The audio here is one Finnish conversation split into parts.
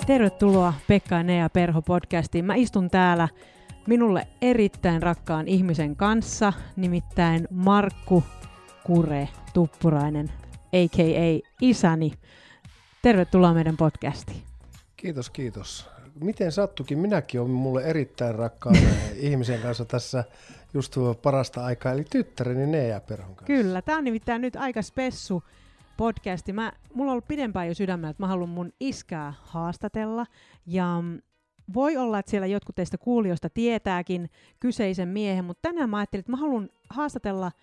Tervetuloa Pekka ja Nea Perho-podcastiin. Mä istun täällä minulle erittäin rakkaan ihmisen kanssa, nimittäin Markku Kure Tuppurainen, a.k.a. isäni. Tervetuloa meidän podcastiin. Kiitos, kiitos. Miten sattukin? Minäkin olen mulle erittäin rakkaan ihmisen kanssa tässä just parasta aikaa, eli tyttäreni Nea Perhon kanssa. Kyllä, tää on nimittäin nyt aika spessu podcasti. Mulla on ollut pidempään jo sydämellä, että mä haluan mun iskää haastatella. Ja voi olla, että siellä jotkut teistä kuulijoista tietääkin kyseisen miehen, mutta tänään mä ajattelin, että mä haluan haastatella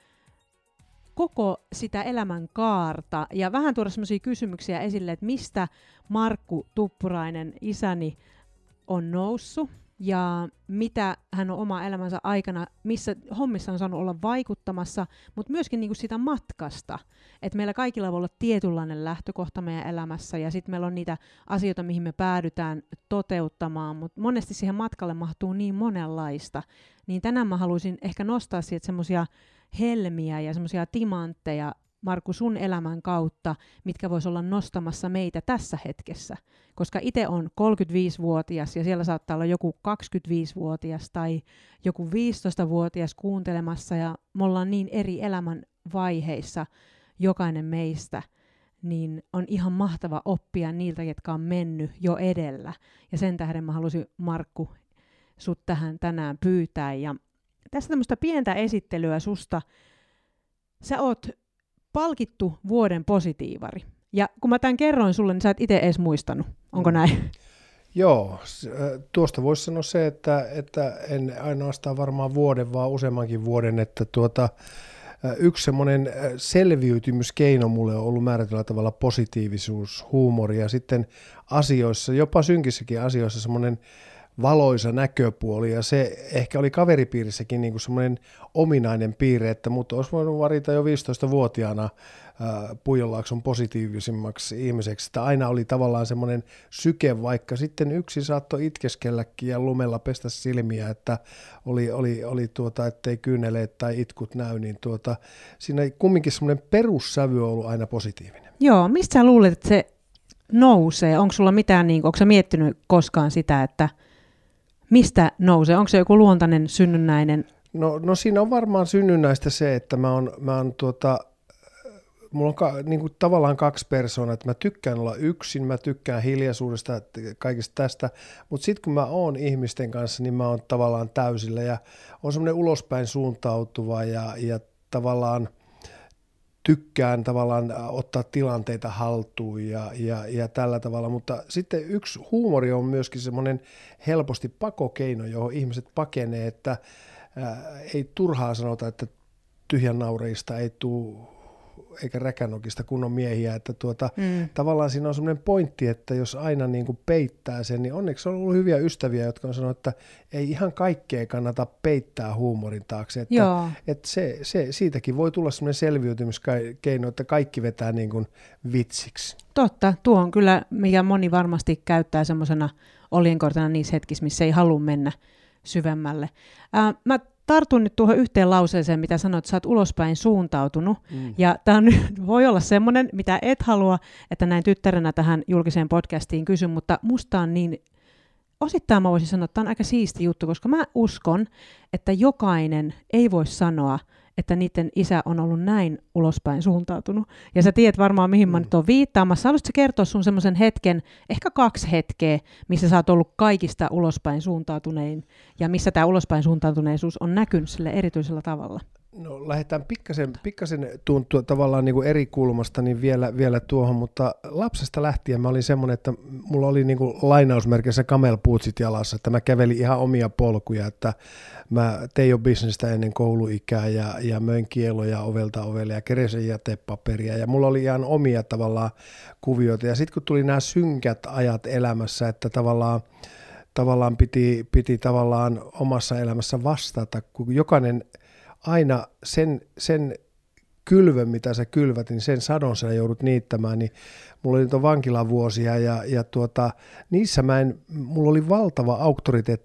koko sitä elämän kaarta ja vähän tuoda sellaisia kysymyksiä esille, että mistä Markku Tuppurainen, isäni, on noussut ja mitä hän on oma elämänsä aikana, missä hommissa on saanut olla vaikuttamassa, mutta myöskin niinku sitä matkasta. Että meillä kaikilla voi olla tietynlainen lähtökohta meidän elämässä ja sitten meillä on niitä asioita, mihin me päädytään toteuttamaan, mutta monesti siihen matkalle mahtuu niin monenlaista. Niin tänään mä haluaisin ehkä nostaa siitä semmoisia helmiä ja semmoisia timantteja, Markku, sun elämän kautta, mitkä vois olla nostamassa meitä tässä hetkessä. Koska itse on 35-vuotias ja siellä saattaa olla joku 25-vuotias tai joku 15-vuotias kuuntelemassa ja me ollaan niin eri elämän vaiheissa, jokainen meistä, niin on ihan mahtava oppia niiltä, jotka on mennyt jo edellä. Ja sen tähden mä halusin, Markku, sut tähän tänään pyytää. Ja tässä tämmöistä pientä esittelyä susta. Sä oot palkittu vuoden positiivari. Ja kun mä tämän kerroin sulle, niin sä et itse edes muistanut. Onko näin? Joo, tuosta voisi sanoa se, että en ainoastaan varmaan vuoden, vaan useammankin vuoden, että yksi semmoinen selviytymyskeino mulle on ollut määrätyllä tavalla positiivisuus, huumori ja sitten asioissa, jopa synkissäkin asioissa semmoinen valoisa näköpuoli, ja se ehkä oli kaveripiirissäkin niin kuin semmoinen ominainen piirre, että mut olisi voinut varita jo 15-vuotiaana Puijonlaakson positiivisimmaksi ihmiseksi, että aina oli tavallaan semmoinen syke, vaikka sitten yksi saattoi itkeskelläkin ja lumella pestä silmiä, että oli ettei kyyneleet tai itkut näy, niin siinä kumminkin semmoinen perussävy on ollut aina positiivinen. Joo, mistä sä luulet, että se nousee? Onko sulla mitään, onko sä miettinyt koskaan sitä, että mistä nousee? Onko se joku luontainen, synnynnäinen? No siinä on varmaan synnynnäistä se, että mulla on niin kuin tavallaan kaksi persoonaa, että mä tykkään olla yksin, mä tykkään hiljaisuudesta, kaikesta tästä, mutta sitten kun mä oon ihmisten kanssa, niin mä oon tavallaan täysillä ja on semmoinen ulospäin suuntautuva ja tavallaan tykkään tavallaan ottaa tilanteita haltuun ja tällä tavalla, mutta sitten yksi huumori on myöskin semmoinen helposti pakokeino, johon ihmiset pakenee, että ei turhaa sanota, että tyhjän naureista ei tule eikä räkänokista kunnon miehiä, että tavallaan siinä on semmoinen pointti, että jos aina niin kuin peittää sen, niin onneksi on ollut hyviä ystäviä, jotka on sanonut, että ei ihan kaikkea kannata peittää huumorin taakse, että siitäkin voi tulla semmoinen selviytymiskeino, että kaikki vetää niin kuin vitsiksi. Totta, tuo on kyllä, mikä moni varmasti käyttää semmoisena oljenkortena niissä hetkissä, missä ei halua mennä syvemmälle. Mä tartun nyt tuohon yhteen lauseeseen, mitä sanoit, että sä oot ulospäin suuntautunut. Ja tämä voi olla semmoinen, mitä et halua, että näin tyttärenä tähän julkiseen podcastiin kysyn, mutta musta on niin, osittain mä voisin sanoa, että tämä on aika siisti juttu, koska mä uskon, että jokainen ei voi sanoa, että niiden isä on ollut näin ulospäin suuntautunut. Ja sä tiedät varmaan, mihin mä nyt oon viittaamassa. Haluaisitko kertoa sun semmoisen hetken, ehkä 2 hetkeä, missä sä oot ollut kaikista ulospäin suuntautunein, ja missä tämä ulospäin suuntautuneisuus on näkynyt sille erityisellä tavalla? No lähdetään pikkasen tavallaan niin kuin eri kulmasta niin vielä tuohon, mutta lapsesta lähtien mä olin semmoinen, että mulla oli niin kuin lainausmerkeissä kamelpuutsit jalassa, että mä kävelin ihan omia polkuja, että mä tein jo bisnestä ennen kouluikää ja möin kieloja ovelta ovelle ja keräsin jätepaperia ja mulla oli ihan omia tavallaan kuvioita ja sitten kun tuli nämä synkät ajat elämässä, että tavallaan piti tavallaan omassa elämässä vastata, kun jokainen aina sen kylvön, mitä sä kylvät, niin sen sadon sä joudut niittämään, niin mulla oli niitä vankilavuosia ja niissä mulla oli valtava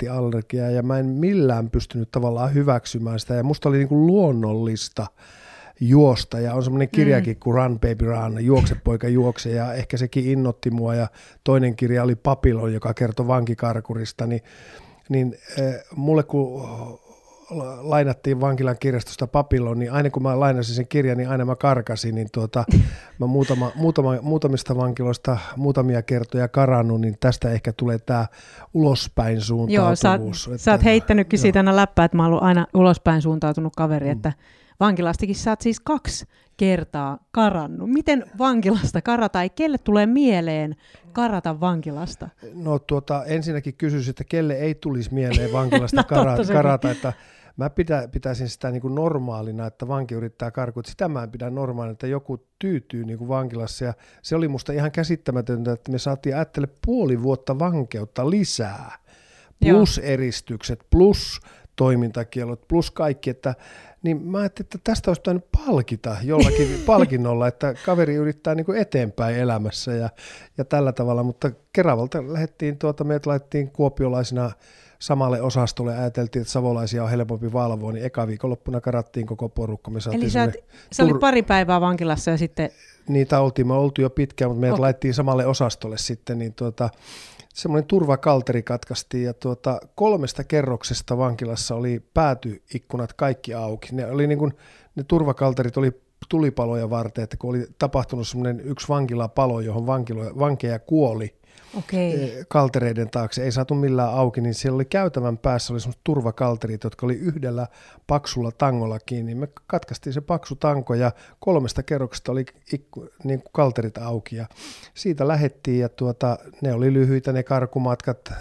auktoriteettiallergia ja mä en millään pystynyt tavallaan hyväksymään sitä ja musta oli niin kuin luonnollista juosta. Ja on semmoinen kirjakin kuin Run Baby Run, Juokse poika juokse, ja ehkä sekin innoitti mua. Ja toinen kirja oli Papillon, joka kertoi vankikarkurista, niin mulle kun lainattiin vankilan kirjastosta Papillon, niin aina kun mä lainasin sen kirjan, niin aina mä karkasin, niin mä muutamista vankiloista muutamia kertoja karannut, niin tästä ehkä tulee tämä ulospäin suuntautuvuus. Joo, sä oot heittänytkin siitä aina läppää, että mä oon ollut aina ulospäin suuntautunut kaveri, että vankilastakin sä oot siis 2 kertaa karannut. Miten vankilasta karataan? Kelle tulee mieleen karata vankilasta? No ensinnäkin kysyisin, että kelle ei tulisi mieleen vankilasta karata, että mä pitäisin sitä niin kuin normaalina, että vanki yrittää karkuun. Sitä mä en pidä normaalina, että joku tyytyy niin kuin vankilassa. Ja se oli musta ihan käsittämätöntä, että me saatiin ajattele 5 vuotta vankeutta lisää. Plus eristykset, plus toimintakielot, plus kaikki. Niin mä ajattelin, että tästä olisi pitänyt palkita jollakin palkinnolla, että kaveri yrittää niin kuin eteenpäin elämässä ja tällä tavalla. Mutta Keravalta meidät laitettiin kuopiolaisina samalle osastolle, ajateltiin, että savolaisia on helpompi valvoa, niin eka viikonloppuna karattiin koko porukka. Eli sä olit pari päivää vankilassa ja sitten... Niitä me oltiin jo pitkään, mutta meidät laitettiin samalle osastolle sitten, niin semmoinen turvakalteri katkaistiin ja 3 kerroksesta vankilassa oli päätyikkunat kaikki auki. Ne oli niin kuin, ne turvakalterit oli tulipaloja varten, että kun oli tapahtunut semmoinen yksi vankilapalo, johon vankeja kuoli kaltereiden taakse, ei saatu millään auki, niin siellä oli käytävän päässä oli semmoiset turvakalterit, jotka oli yhdellä paksulla tangolla kiinni. Me katkaistiin se paksu tanko ja 3 kerroksesta oli niin kuin kalterit auki ja siitä lähdettiin ja ne oli lyhyitä ne karkumatkat,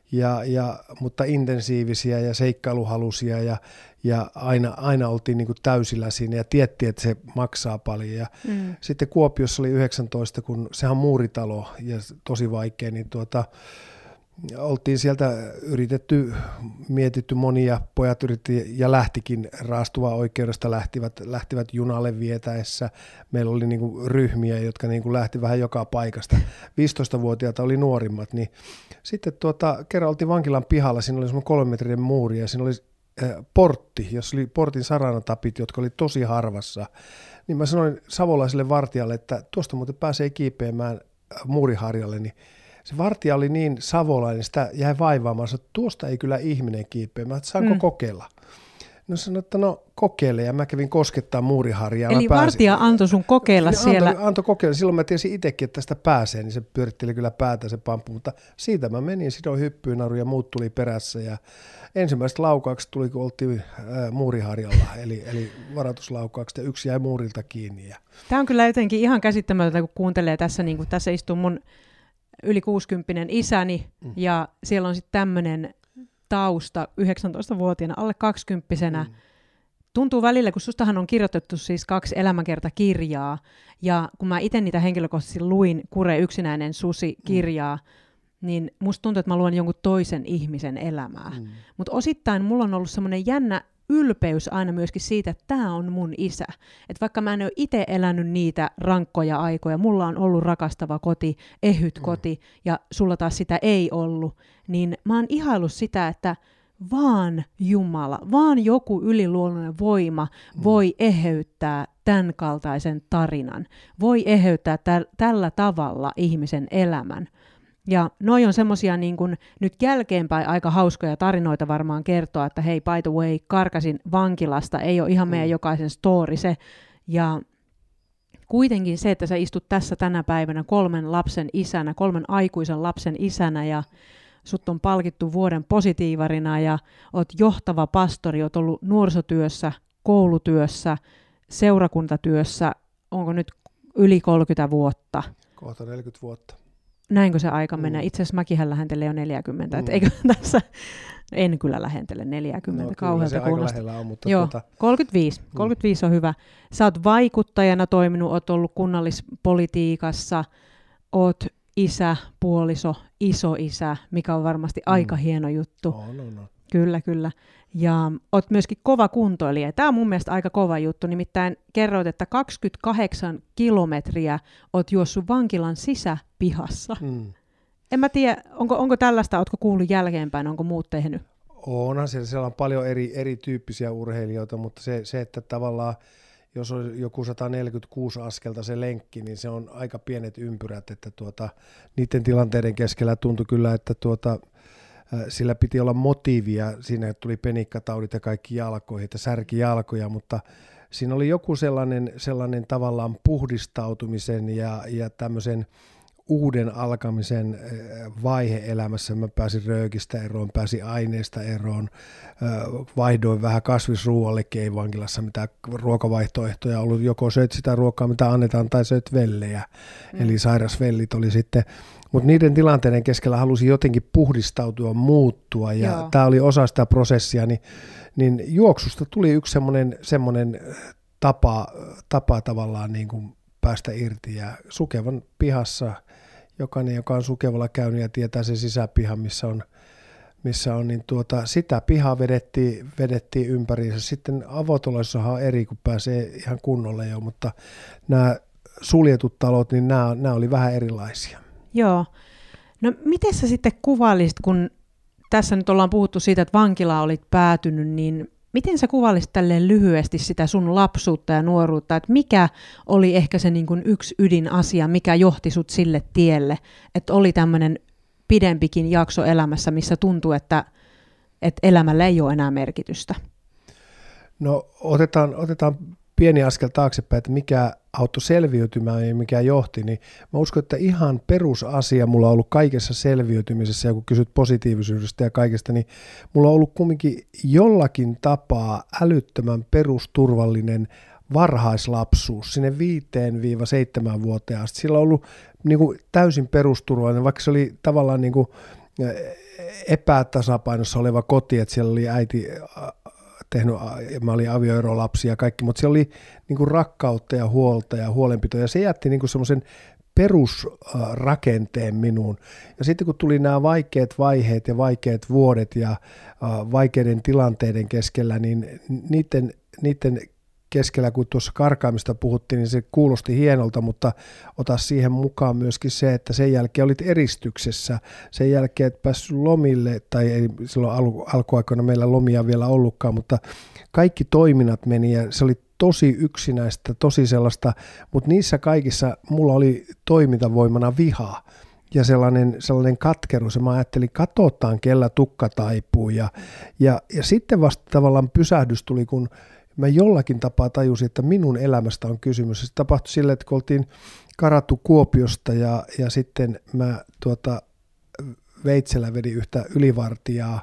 mutta intensiivisiä ja seikkailuhalusia ja aina oltiin niin kuin täysillä siinä ja tiedettiin, että se maksaa paljon. Ja sitten Kuopiossa oli 19, kun sehän on muuritalo ja tosi vaikea, niin oltiin sieltä mietitty monia, pojat yritti ja lähtikin Raastuvaa oikeudesta lähtivät junalle vietäessä. Meillä oli niin kuin ryhmiä, jotka niin kuin lähti vähän joka paikasta. 15-vuotiaita oli nuorimmat, niin sitten kerran oltiin vankilan pihalla, siinä oli semmoinen 3 metrinen muuri ja siinä oli portti, jossa oli portin saranatapit, jotka oli tosi harvassa. Niin mä sanoin savolaiselle vartijalle, että tuosta muuten pääsee kiipeämään muuriharjalle, niin se vartija oli niin savolainen, sitä jäi vaivaamaan, että tuosta ei kyllä ihminen kiipeä. Mä että saanko kokeilla? No sanoin, että kokeile, ja mä kävin koskettaa muuriharjaa. Eli vartija antoi sun kokeilla siellä? Antoi kokeilla. Silloin mä tiesin itsekin, että tästä pääsee, niin se pyöritteli kyllä päätä se pamppu, mutta siitä mä menin, sidoin hyppyynnaru ja muut tuli perässä, ja ensimmäiset laukaukset tuli, kun oltiin muuriharjalla, eli varoituslaukaukset, ja yksi jäi muurilta kiinni. Tämä on kyllä jotenkin ihan käsittämätöntä, kun kuuntelee tässä, niin kuin tässä istuu mun yli 60 isäni, ja siellä on sitten tämmöinen tausta 19-vuotiaana, alle 20-vuotiaana. Tuntuu välillä, kun sustahan on kirjoitettu siis 2 elämäkertakirjaa, ja kun mä itse niitä henkilökohtaisesti luin Kure yksinäinen susi-kirjaa, niin musta tuntuu, että mä luon jonkun toisen ihmisen elämää. Mutta osittain mulla on ollut semmoinen jännä ylpeys aina myöskin siitä, että tämä on mun isä. Että vaikka mä en ole itse elänyt niitä rankkoja aikoja, mulla on ollut rakastava koti, ehyt koti, ja sulla taas sitä ei ollut, niin mä oon ihaillut sitä, että vaan Jumala, vaan joku yliluonnollinen voima voi eheyttää tämän kaltaisen tarinan, voi eheyttää tällä tavalla ihmisen elämän. Ja noi on semmosia niin kun nyt jälkeenpäin aika hauskoja tarinoita varmaan kertoa, että hei, by the way, karkasin vankilasta, ei ole ihan meidän jokaisen story se. Ja kuitenkin se, että sä istut tässä tänä päivänä 3 lapsen isänä, 3 aikuisen lapsen isänä ja sut on palkittu vuoden positiivarina ja oot johtava pastori, oot ollut nuorisotyössä, koulutyössä, seurakuntatyössä, onko nyt yli 30 vuotta? Kohta 40 vuotta. Näinkö se aika menee? Itse asiassa mäkin lähentelen jo 40, että eikö tässä, en kyllä lähentele 40, kauhealta kuulosta. Joo, 35 on hyvä. Sä oot vaikuttajana toiminut, oot ollut kunnallispolitiikassa, oot isä, puoliso, isoisä, mikä on varmasti aika hieno juttu. No. Kyllä. Ja oot myöskin kova kuntoilija. Tämä on mun mielestä aika kova juttu, nimittäin kerroit, että 28 kilometriä oot juossut vankilan sisäpihassa. En mä tiedä, onko tällaista, ootko kuullut jälkeenpäin, onko muut tehnyt? Onhan siellä on paljon erityyppisiä urheilijoita, mutta se, että tavallaan jos on joku 146 askelta se lenkki, niin se on aika pienet ympyrät, että niiden tilanteiden keskellä tuntui kyllä, että sillä piti olla motiivia, siinä tuli penikkataudit ja kaikki jalkoihin, että särki jalkoja, mutta siinä oli joku sellainen tavallaan puhdistautumisen ja tämmöisen uuden alkamisen vaihe elämässä. Mä pääsin röökistä eroon, pääsin aineista eroon, vaihdoin vähän kasvisruuallekin, ei vankilassa mitään ruokavaihtoehtoja ollut, joko söit sitä ruokaa, mitä annetaan, tai söit vellejä, eli sairasvellit oli sitten, mutta niiden tilanteiden keskellä halusin jotenkin puhdistautua, muuttua, ja tämä oli osa sitä prosessia, niin juoksusta tuli yksi semmoinen tapa tavallaan niin kuin päästä irti, ja Sukevan pihassa jokainen, joka on Sukevalla käynyt ja tietää sen sisäpihan, missä on niin sitä pihaa vedettiin ympäriinsä. Sitten avotaloissahan on eri, kun pääsee ihan kunnolle jo, mutta nämä suljetut talot, niin nämä oli vähän erilaisia. Joo. No miten sä sitten kuvailisit, kun tässä nyt ollaan puhuttu siitä, että vankilaan olit päätynyt, niin miten sä kuvailisit tälleen lyhyesti sitä sun lapsuutta ja nuoruutta, että mikä oli ehkä se niin kuin yksi ydinasia, mikä johti sut sille tielle, että oli tämmöinen pidempikin jakso elämässä, missä tuntuu, että elämällä ei ole enää merkitystä? No otetaan pieni askel taaksepäin, että mikä auttoi selviytymään ja mikä johti, niin mä uskon, että ihan perusasia mulla on ollut kaikessa selviytymisessä, ja kun kysyt positiivisuudesta ja kaikesta, niin mulla on ollut kumminkin jollakin tapaa älyttömän perusturvallinen varhaislapsuus sinne 5-7 asti. Sillä on ollut niin kuin täysin perusturvallinen, vaikka se oli tavallaan niin kuin epätasapainossa oleva koti, että siellä oli äiti tehnyt, mä olin avioerolapsi ja kaikki, mutta se oli niin kuin rakkautta ja huolta ja huolenpitoa, ja se jätti niin kuin semmoisen perusrakenteen minuun. Ja sitten kun tuli nämä vaikeat vaiheet ja vaikeat vuodet ja vaikeiden tilanteiden keskellä, niin niiden keskellä, kun tuossa karkaamista puhuttiin, niin se kuulosti hienolta, mutta ota siihen mukaan myöskin se, että sen jälkeen olit eristyksessä, sen jälkeen et päässyt lomille, tai ei silloin alkuaikoina meillä lomia vielä ollutkaan, mutta kaikki toiminnat meni, ja se oli tosi yksinäistä, tosi sellaista, mutta niissä kaikissa mulla oli toimintavoimana viha ja sellainen katkeruus, ja mä ajattelin, katsotaan, kellä tukka taipuu, ja sitten vasta tavallaan pysähdys tuli, kun mä jollakin tapaa tajusin, että minun elämästä on kysymys. Se tapahtui silleen, että kun oltiin karattu Kuopiosta ja sitten mä veitsellä vedin yhtä ylivartijaa,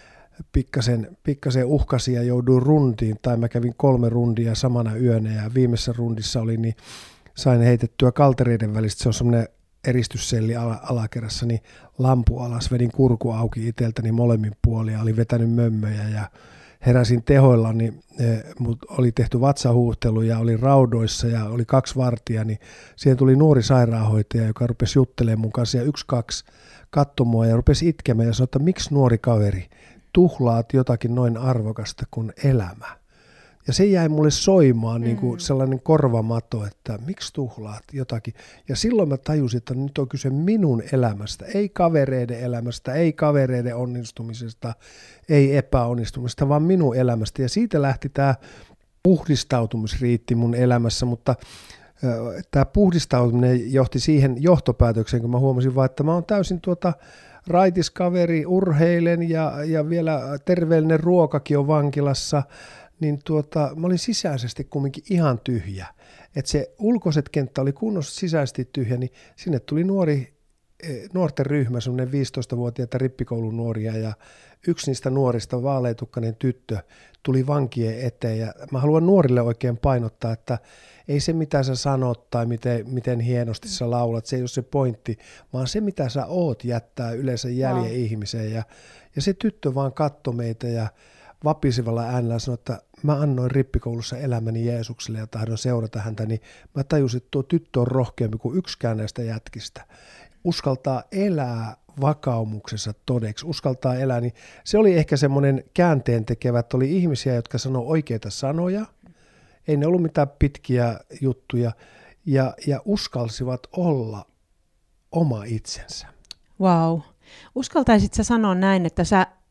pikkasen uhkasin ja jouduin runtiin, tai mä kävin 3 rundia samana yönä, ja viimeisessä rundissa oli, niin sain heitettyä kaltereiden välistä, se on semmoinen eristysselli alakerrassa, niin lampu alas, vedin kurku auki itseltäni molemmin puolin, ja olin vetänyt mömmöjä, ja heräsin tehoilla, niin mut oli tehty vatsahuuhtelu ja oli raudoissa ja oli 2 vartijaa, niin siihen tuli nuori sairaanhoitaja, joka rupesi juttelemaan mun kanssa, ja 1-2 katsoi mua ja rupesi itkemään ja sanoi, että miksi nuori kaveri, tuhlaat jotakin noin arvokasta kuin elämä. Ja se jäi mulle soimaan niin kuin sellainen korvamato, että miksi tuhlaat jotakin. Ja silloin mä tajusin, että nyt on kyse minun elämästä, ei kavereiden elämästä, ei kavereiden onnistumisesta, ei epäonnistumisesta, vaan minun elämästä. Ja siitä lähti tämä puhdistautumisriitti mun elämässä, mutta tämä puhdistautuminen johti siihen johtopäätökseen, kun mä huomasin vaan, että mä oon täysin raitis kaveri, urheilen ja vielä terveellinen ruokakin on vankilassa, niin mä olin sisäisesti kumminkin ihan tyhjä. Että se ulkoiset kenttä oli kunnossa, sisäisesti tyhjä, niin sinne tuli nuorten ryhmä, semmoinen 15-vuotiaita rippikoulun nuoria, ja yksi niistä nuorista, vaaleatukkainen tyttö, tuli vankien eteen, ja mä haluan nuorille oikein painottaa, että ei se mitä sä sanot tai miten hienosti sä laulat, se ei ole se pointti, vaan se mitä sä oot jättää yleensä jäljen ihmiseen, ja se tyttö vaan katsoi meitä ja vapisivalla äänellä sanoi, että mä annoin rippikoulussa elämäni Jeesukselle ja tahdon seurata häntä, niin mä tajusin, että tuo tyttö on rohkeampi kuin yksikään näistä jätkistä. Uskaltaa elää vakaumuksessa todeksi, uskaltaa elää, niin se oli ehkä semmoinen käänteentekevä, että oli ihmisiä, jotka sanoi oikeita sanoja, ei ne ollut mitään pitkiä juttuja, ja uskalsivat olla oma itsensä. Vau. Uskaltaisit sä sanoa näin, että sä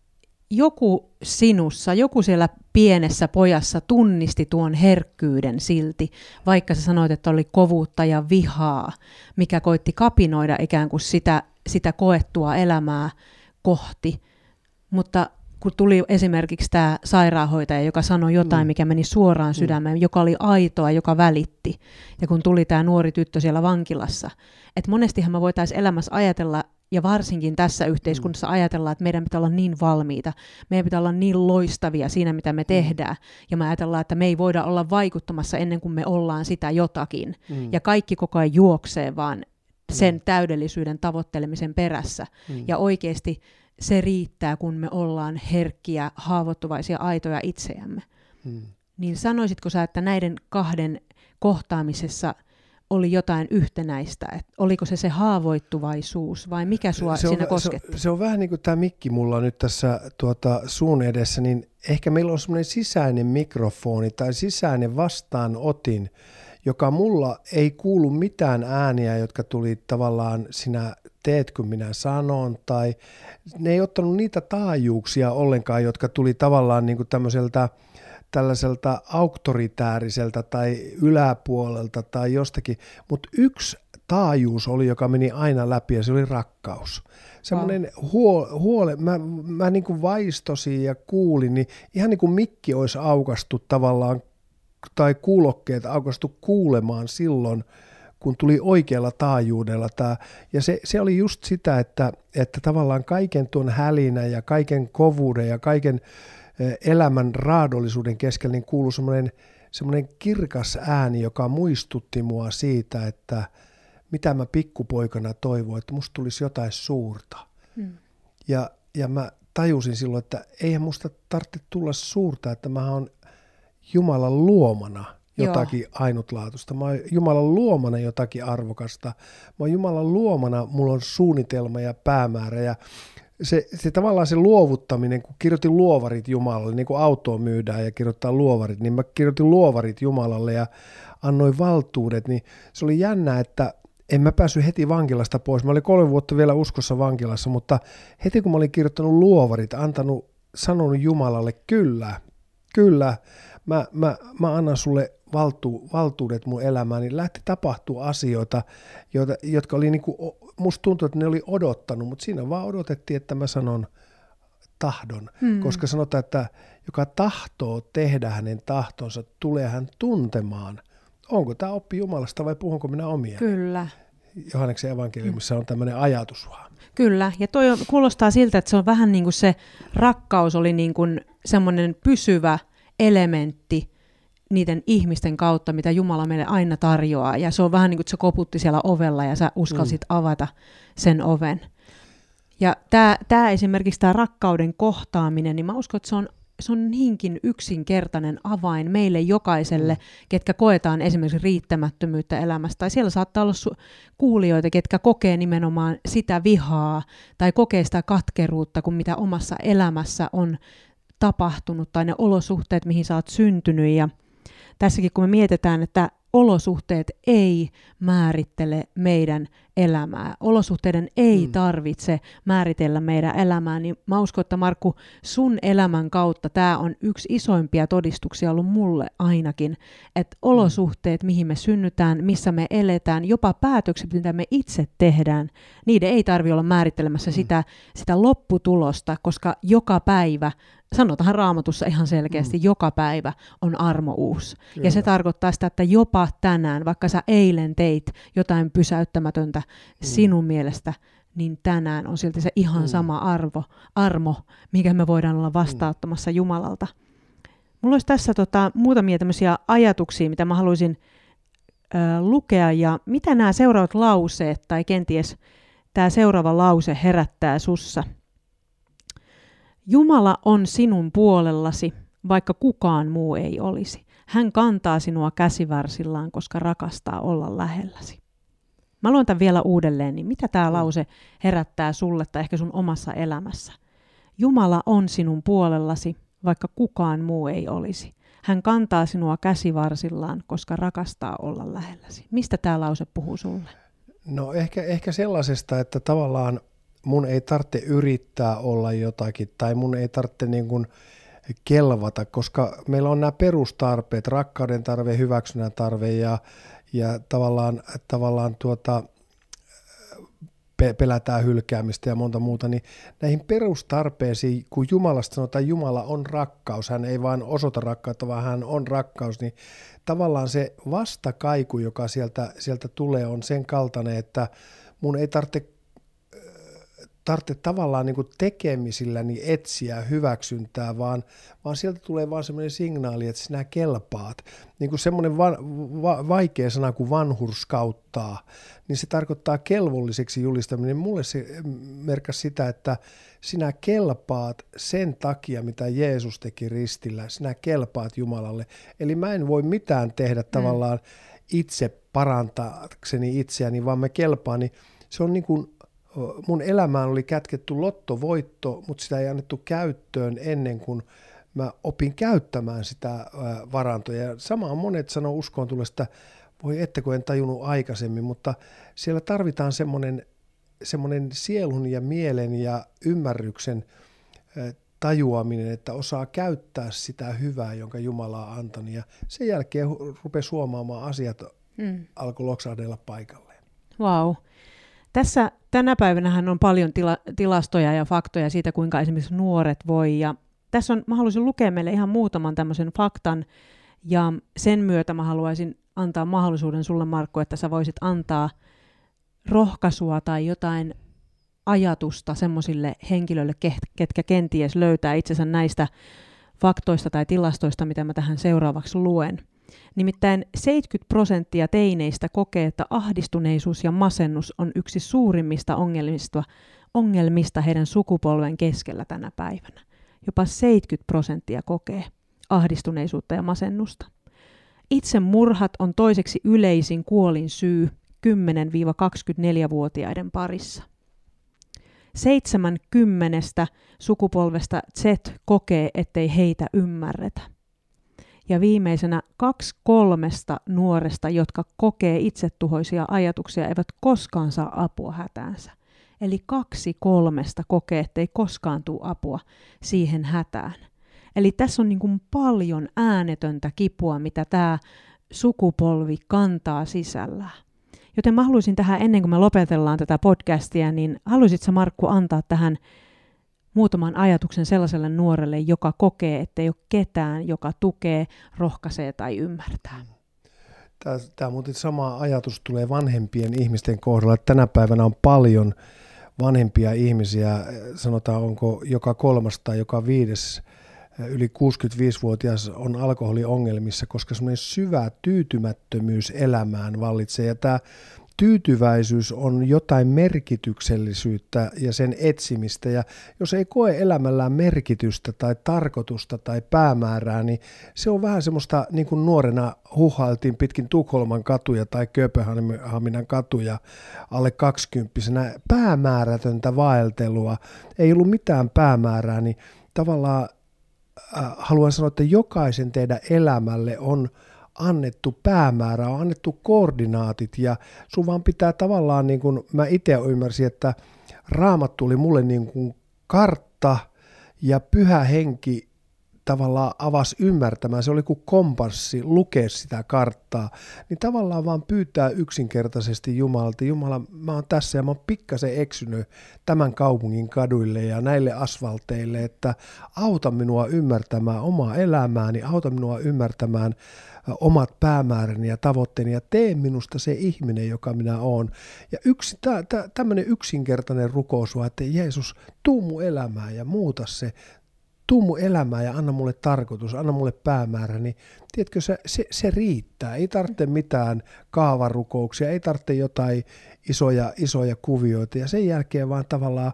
joku sinussa, joku siellä pienessä pojassa tunnisti tuon herkkyyden silti, vaikka sä sanoit, että oli kovuutta ja vihaa, mikä koitti kapinoida ikään kuin sitä koettua elämää kohti. Mutta kun tuli esimerkiksi tämä sairaanhoitaja, joka sanoi jotain, mikä meni suoraan sydämeen, joka oli aitoa, joka välitti, ja kun tuli tämä nuori tyttö siellä vankilassa, että monestihan me voitaisiin elämässä ajatella, ja varsinkin tässä yhteiskunnassa ajatellaan, että meidän pitää olla niin valmiita, meidän pitää olla niin loistavia siinä, mitä me tehdään, ja me ajatellaan, että me ei voida olla vaikuttamassa ennen kuin me ollaan sitä jotakin, ja kaikki koko ajan juoksee vaan sen täydellisyyden tavoittelemisen perässä, ja oikeasti se riittää, kun me ollaan herkkiä, haavoittuvaisia, aitoja itseämme. Niin sanoisitko sä, että näiden kahden kohtaamisessa oli jotain yhtenäistä? Et oliko se haavoittuvaisuus vai mikä sua siinä kosketti? Se on vähän niin kuin tämä mikki mulla nyt tässä suun edessä, niin ehkä meillä on semmoinen sisäinen mikrofoni tai sisäinen vastaanotin, joka mulla ei kuulu mitään ääniä, jotka tuli tavallaan sinä teetkö minä sanon, tai ne ei ottanut niitä taajuuksia ollenkaan, jotka tuli tavallaan niin kuin tällaiselta auktoritääriseltä tai yläpuolelta tai jostakin, mutta yksi taajuus oli, joka meni aina läpi, ja se oli rakkaus. Semmoinen huole, mä niin kuin vaistosin ja kuulin, niin ihan niin kuin mikki olisi aukastu tavallaan, tai kuulokkeet aukastu kuulemaan silloin, kun tuli oikealla taajuudella tämä. Ja se oli just sitä, että tavallaan kaiken tuon hälinä ja kaiken kovuuden ja kaiken elämän raadollisuuden keskellä niin kuului semmoinen kirkas ääni, joka muistutti mua siitä, että mitä mä pikkupoikana toivoin, että musta tulisi jotain suurta. Ja mä tajusin silloin, että eihän musta tarvitse tulla suurta, että mä oon Jumalan luomana jotakin ainutlaatuista. Mä oon Jumalan luomana jotakin arvokasta. Mä oon Jumalan luomana, mulla on suunnitelma ja päämäärä. Ja se tavallaan se luovuttaminen, kun kirjoitin luovarit Jumalalle, niin kuin autoa myydään ja kirjoittaa luovarit, niin mä kirjoitin luovarit Jumalalle ja annoin valtuudet. Niin se oli jännä, että en mä päässyt heti vankilasta pois. Mä olin 3 vuotta vielä uskossa vankilassa, mutta heti kun mä olin kirjoittanut luovarit, sanonut Jumalalle, kyllä, mä annan sulle valtuudet mun elämään, niin lähti tapahtua asioita, jotka oli niinku, musta tuntui, että ne oli odottanut, mutta siinä vaan odotettiin, että mä sanon tahdon, koska sanotaan, että joka tahtoo tehdä hänen tahtonsa, tulee hän tuntemaan, onko tämä oppi Jumalasta vai puhunko minä omia. Kyllä. Johanneksen evankeliumissa on tämmöinen ajatus vaan. Kyllä, ja toi kuulostaa siltä, että se on vähän niin kuin se rakkaus oli niin kuin semmoinen pysyvä elementti niiden ihmisten kautta, mitä Jumala meille aina tarjoaa. Ja se on vähän niin kuin, että se koputti siellä ovella ja sä uskalsit avata sen oven. Ja tämä esimerkiksi tämä rakkauden kohtaaminen, niin mä uskon, että se on niinkin yksinkertainen avain meille jokaiselle, ketkä koetaan esimerkiksi riittämättömyyttä elämästä. Tai siellä saattaa olla kuulijoita, ketkä kokee nimenomaan sitä vihaa tai kokee sitä katkeruutta, kuin mitä omassa elämässä on tapahtunut tai ne olosuhteet, mihin sä oot syntynyt. Ja tässäkin kun me mietitään, että olosuhteet ei määrittele meidän elämää. Olosuhteiden ei tarvitse määritellä meidän elämää, niin mä uskon, että Markku, sun elämän kautta tämä on yksi isoimpia todistuksia ollut mulle ainakin, että olosuhteet, mihin me synnytään, missä me eletään, jopa päätökset, mitä me itse tehdään, niiden ei tarvitse olla määrittelemässä sitä lopputulosta, koska joka päivä, sanotaan Raamatussa ihan selkeästi, joka päivä on armouus. Kyllä. Ja se tarkoittaa sitä, että jopa tänään, vaikka sä eilen teit jotain pysäyttämätöntä sinun mielestä, niin tänään on silti se ihan sama armo, mikä me voidaan olla vastaanottamassa Jumalalta. Mulla olisi tässä muutamia tämmöisiä ajatuksia, mitä mä haluaisin lukea, ja mitä nämä seuraavat lauseet, tai kenties tämä seuraava lause herättää sussa. Jumala on sinun puolellasi, vaikka kukaan muu ei olisi. Hän kantaa sinua käsivarsillaan, koska rakastaa olla lähelläsi. Mä luen tämän vielä uudelleen, niin mitä tämä lause herättää sulle tai ehkä sun omassa elämässä? Jumala on sinun puolellasi, vaikka kukaan muu ei olisi. Hän kantaa sinua käsivarsillaan, koska rakastaa olla lähelläsi. Mistä tämä lause puhuu sulle? No ehkä sellaisesta, että tavallaan mun ei tarvitse yrittää olla jotakin tai mun ei tarvitse niin kuin kelvata, koska meillä on nämä perustarpeet, rakkauden tarve, hyväksynnän tarve ja tavallaan pelätään hylkäämistä ja monta muuta, niin näihin perustarpeisiin, kun Jumalasta sanotaan, Jumala on rakkaus, hän ei vain osoita rakkautta, vaan hän on rakkaus, niin tavallaan se vastakaiku, joka sieltä tulee, on sen kaltainen, että mun ei tarvitse tavallaan niin kuin tekemisilläni etsiä hyväksyntää, vaan sieltä tulee vaan semmoinen signaali, että sinä kelpaat. Niin kuin semmoinen vaikea sana kuin vanhurskauttaa, niin se tarkoittaa kelvolliseksi julistaminen. Mulle se merkasi sitä, että sinä kelpaat sen takia, mitä Jeesus teki ristillä. Sinä kelpaat Jumalalle. Eli mä en voi mitään tehdä tavallaan itse parantaakseni itseäni, vaan mä kelpaan. Niin se on niin kuin mun elämään oli kätketty lottovoitto, mutta sitä ei annettu käyttöön ennen kuin mä opin käyttämään sitä varantoa. Ja samaan monet sanoo uskoon tulla sitä, voi että kun en tajunnut aikaisemmin, mutta siellä tarvitaan semmoinen sielun ja mielen ja ymmärryksen tajuaminen, että osaa käyttää sitä hyvää, jonka Jumala on antanut. Ja sen jälkeen rupesi huomaamaan asiat, alkoi loksahdella paikalleen. Vau. Wow. Tänä päivänähän on paljon tilastoja ja faktoja siitä, kuinka esimerkiksi nuoret voi. Ja tässä mä haluaisin lukea meille ihan muutaman tämmöisen faktan. Ja sen myötä mä haluaisin antaa mahdollisuuden sulle, Markku, että sä voisit antaa rohkaisua tai jotain ajatusta semmoisille henkilöille, ketkä kenties löytää itsensä näistä faktoista tai tilastoista, mitä mä tähän seuraavaksi luen. Nimittäin 70% teineistä kokee, että ahdistuneisuus ja masennus on yksi suurimmista ongelmista heidän sukupolven keskellä tänä päivänä. Jopa 70% kokee ahdistuneisuutta ja masennusta. Itsemurhat on toiseksi yleisin kuolinsyy 10-24-vuotiaiden parissa. 70 sukupolvesta Z kokee, ettei heitä ymmärretä. Ja viimeisenä 2/3 nuoresta, jotka kokee itsetuhoisia ajatuksia, eivät koskaan saa apua hätäänsä. Eli 2/3 kokee, ettei koskaan tule apua siihen hätään. Eli tässä on niin kuin paljon äänetöntä kipua, mitä tämä sukupolvi kantaa sisällään. Joten mä haluaisin tähän, ennen kuin me lopetellaan tätä podcastia, niin haluaisitko Markku antaa tähän muutaman ajatuksen sellaiselle nuorelle, joka kokee, että ei ole ketään, joka tukee, rohkaisee tai ymmärtää? Tämä muuten sama ajatus tulee vanhempien ihmisten kohdalla. Tänä päivänä on paljon vanhempia ihmisiä, sanotaan onko joka 3. tai joka 5. yli 65-vuotias on alkoholiongelmissa, koska semmoinen syvä tyytymättömyys elämään vallitsee. Ja tämä tyytyväisyys on jotain merkityksellisyyttä ja sen etsimistä. Ja jos ei koe elämällään merkitystä tai tarkoitusta tai päämäärää, niin se on vähän semmoista, niin kuin nuorena huhailtiin pitkin Tukholman katuja tai Kööpenhaminan katuja alle 20-vuotiaana, päämäärätöntä vaeltelua. Ei ollut mitään päämäärää, niin tavallaan haluan sanoa, että jokaisen teidän elämälle on annettu päämäärä, on annettu koordinaatit ja sun vaan pitää tavallaan, niin kuin mä itse ymmärsin, että Raamattu oli mulle niin kuin kartta ja Pyhä Henki tavallaan avasi ymmärtämään, se oli kuin kompassi lukea sitä karttaa, niin tavallaan vaan pyytää yksinkertaisesti Jumalalta, Jumala, mä oon tässä ja mä oon pikkasen eksynyt tämän kaupungin kaduille ja näille asfalteille, että auta minua ymmärtämään omaa elämääni, auta minua ymmärtämään omat päämääräni ja tavoitteeni ja tee minusta se ihminen, joka minä oon. Ja tämmöinen yksinkertainen rukous on, että Jeesus, tuu mun elämään ja muuta se, tuu mun elämään ja anna mulle tarkoitus, anna mulle päämäärä, niin tiedätkö, se riittää. Ei tarvitse mitään kaavarukouksia, ei tarvitse jotain isoja kuvioita ja sen jälkeen vaan tavallaan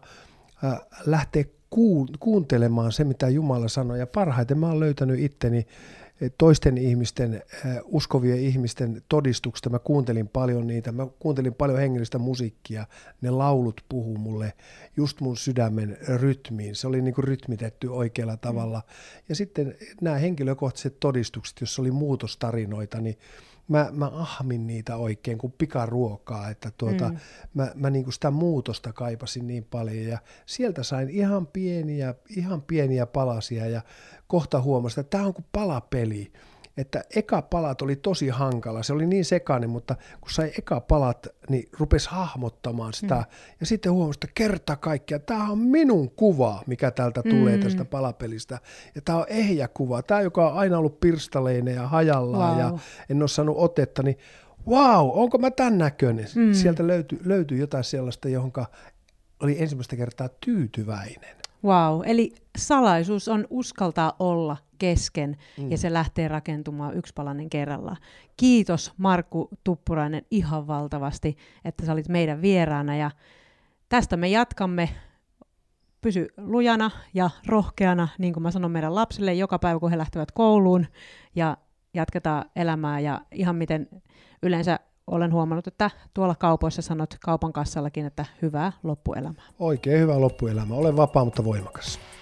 lähteä kuuntelemaan se, mitä Jumala sanoo. Ja parhaiten mä oon löytänyt itteni toisten ihmisten, uskovien ihmisten todistuksista. Mä kuuntelin paljon niitä, mä kuuntelin paljon hengellistä musiikkia, ne laulut puhuu mulle just mun sydämen rytmiin, se oli niin kuin rytmitetty oikealla tavalla. Ja sitten nämä henkilökohtaiset todistukset, joissa oli muutostarinoita, niin mä ahmin niitä oikein kuin pikaruokaa, että mä niin kuin sitä muutosta kaipasin niin paljon ja sieltä sain ihan pieniä palasia ja kohta huomasin, että tämä on kuin palapeli. Että eka palat oli tosi hankala, se oli niin sekainen, mutta kun sai eka palat, niin rupesi hahmottamaan sitä ja sitten huomasi, että kerta kaikkiaan, tämä on minun kuva, mikä täältä tulee tästä palapelistä ja tämä on ehjä kuva, tämä joka on aina ollut pirstaleinen ja hajallaan ja en ole saanut otetta, niin onko mä tämän näköinen? Sieltä löytyi jotain sellaista, johonka oli ensimmäistä kertaa tyytyväinen. Eli salaisuus on uskaltaa olla kesken ja se lähtee rakentumaan yksi palanen kerrallaan. Kiitos Markku Tuppurainen ihan valtavasti, että sä olit meidän vieraana ja tästä me jatkamme. Pysy lujana ja rohkeana, niin kuin mä sanon meidän lapsille joka päivä, kun he lähtevät kouluun ja jatketaan elämää ja ihan miten yleensä olen huomannut, että tuolla kaupoissa sanot kaupan kassallakin, että hyvää loppuelämää. Oikein hyvää loppuelämää. Ole vapaa, mutta voimakas.